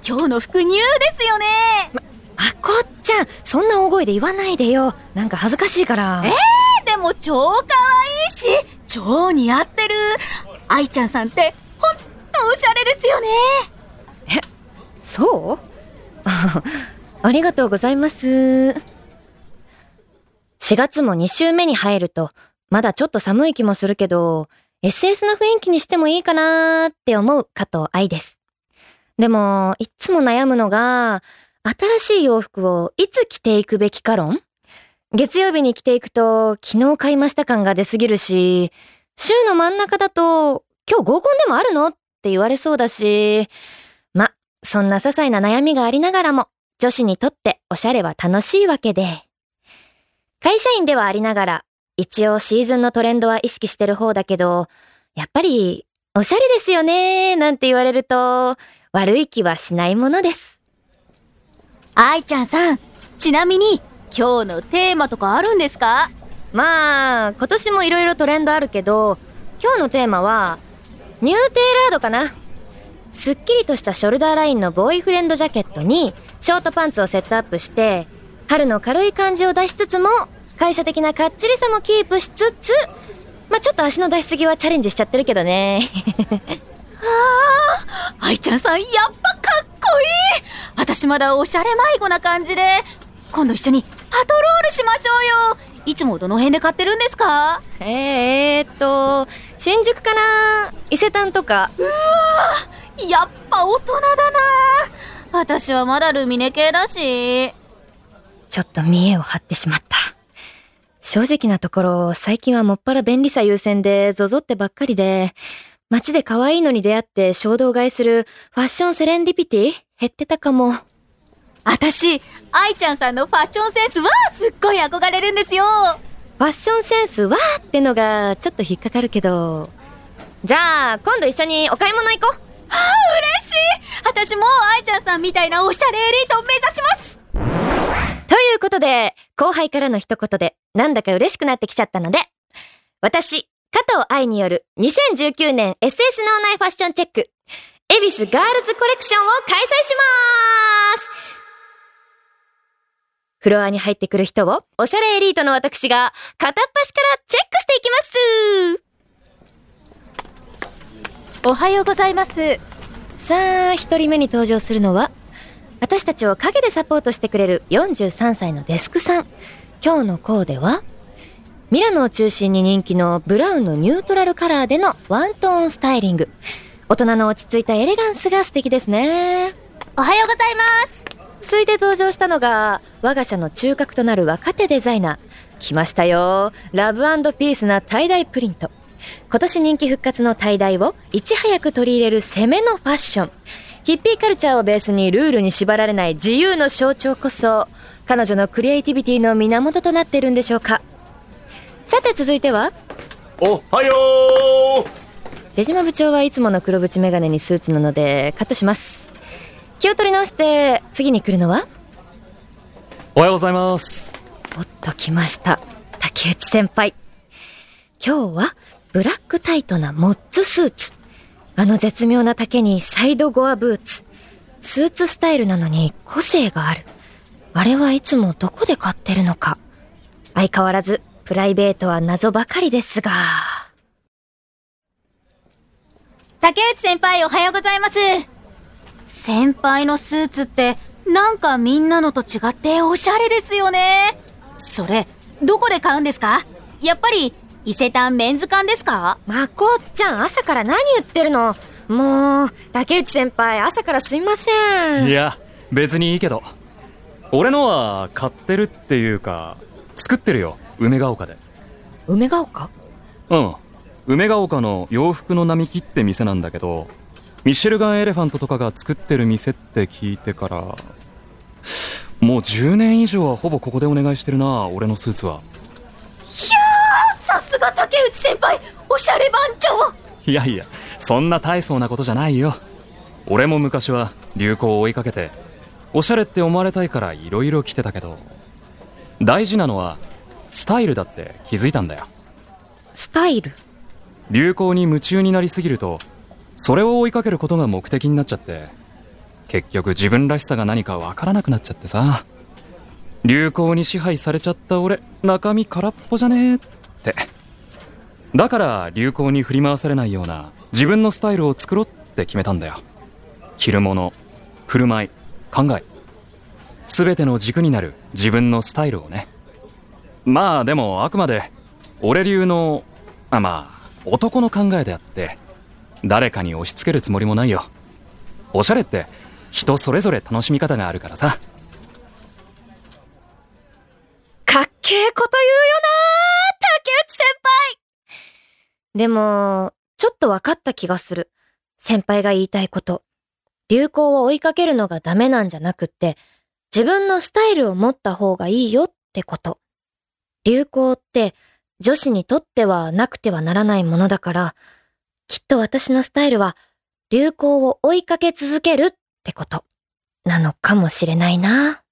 今日の服ニューですよね。 まこっちゃん、そんな大声で言わないでよ。なんか恥ずかしいから。 でも超可愛いし超似合ってる。愛ちゃんさんってほんとおしゃれですよね。 そうありがとうございます。4月も2週目に入るとまだちょっと寒い気もするけど SS の雰囲気にしてもいいかなーって思う加藤愛です。でもいっつも悩むのが新しい洋服をいつ着ていくべきか論。月曜日に着ていくと昨日買いました感が出すぎるし、週の真ん中だと今日合コンでもあるのって言われそうだし、そんな些細な悩みがありながらも女子にとっておしゃれは楽しいわけで、会社員ではありながら一応シーズンのトレンドは意識してる方だけど、やっぱりおしゃれですよねなんて言われると悪い気はしないものです。 愛ちゃんさん、ちなみに今日のテーマとかあるんですか？ 今年もいろいろトレンドあるけど、今日のテーマはニューテーラードかな。すっきりとしたショルダーラインのボーイフレンドジャケットにショートパンツをセットアップして、春の軽い感じを出しつつも会社的なかっちりさもキープしつつ、ちょっと足の出しすぎはチャレンジしちゃってるけどね愛ちゃんさんやっぱかっこいい。私まだおしゃれ迷子な感じで、今度一緒にパトロールしましょうよ。いつもどの辺で買ってるんですか？ 新宿かな、伊勢丹とか。 やっぱ大人だな。私はまだルミネ系だし。 ちょっと見栄を張ってしまった。正直なところ最近はもっぱら便利さ優先でZOZOってばっかりで、街で可愛いのに出会って衝動買いするファッションセレンディピティ減ってたかも。 私、愛ちゃんさんのファッションセンスはすっごい憧れるんですよ。 ファッションセンスはってのがちょっと引っかかるけど、じゃあ今度一緒にお買い物行こう。 嬉しい。私も愛ちゃんさんみたいなおしゃれエリートを目指します。 ということで、後輩からの一言でなんだか嬉しくなってきちゃったので、私、加藤愛による2019年 SS 脳内ファッションチェック、恵比寿ガールズコレクションを開催します。フロアに入ってくる人をおしゃれエリートの私が片っ端からチェックしていきます。 おはようございます。 さあ、一人目に登場するのは私たちを陰でサポートしてくれる43歳のデスクさん。今日のコーデはミラノを中心に人気のブラウンのニュートラルカラーでのワントーンスタイリング。大人の落ち着いたエレガンスが素敵ですね。 おはようございます。 続いて登場したのが我が社の中核となる若手デザイナー。来ましたよ、ラブ&ピースなタイダイプリント。今年人気復活のタイダイをいち早く取り入れる攻めのファッション。ヒッピーカルチャーをベースにルールに縛られない自由の象徴こそ彼女のクリエイティビティの源となっているんでしょうか。さて続いては、 おはよう。 出島部長はいつもの黒縁メガネにスーツなのでカットします。気を取り直して次に来るのは、 おはようございます。 おっと来ました、竹内先輩。今日はブラックタイトなモッツスーツ、あの絶妙な丈にサイドゴアブーツ。スーツスタイルなのに個性がある。あれはいつもどこで買ってるのか。相変わらずプライベートは謎ばかりですが。 竹内先輩、おはようございます。先輩のスーツってなんかみんなのと違っておしゃれですよね。それどこで買うんですか？やっぱり伊勢丹メンズ館ですか？ まこっちゃん、朝から何言ってるの。もう竹内先輩、朝からすいません。 いや別にいいけど、俺のは買ってるっていうか作ってるよ、梅ヶ丘で。 梅ヶ丘？ うん、梅ヶ丘の洋服の並木って店なんだけど、ミシェルガン・エレファントとかが作ってる店って聞いてからもう10年以上はほぼここでお願いしてるな、俺のスーツは。 さすが竹内先輩、おしゃれ番長。 いやいや、そんな大層なことじゃないよ。俺も昔は流行を追いかけておしゃれって思われたいからいろいろ着てたけど、大事なのはスタイルだって気づいたんだよ。 スタイル？ 流行に夢中になりすぎるとそれを追いかけることが目的になっちゃって、 結局自分らしさが何かわからなくなっちゃってさ。流行に支配されちゃった俺、中身空っぽじゃねえって。だから流行に振り回されないような自分のスタイルを作ろうって決めたんだよ。着るもの、振る舞い、考え、全ての軸になる自分のスタイルをね。まあでもあくまで俺流の男の考えであって、誰かに押し付けるつもりもないよ。おしゃれって人それぞれ楽しみ方があるからさ。 かっけえこと言うよな、竹内先輩。でもちょっと分かった気がする。先輩が言いたいこと。流行を追いかけるのがダメなんじゃなくって、自分のスタイルを持った方がいいよってこと。流行って女子にとってはなくてはならないものだから、きっと私のスタイルは流行を追いかけ続けるってことなのかもしれないな。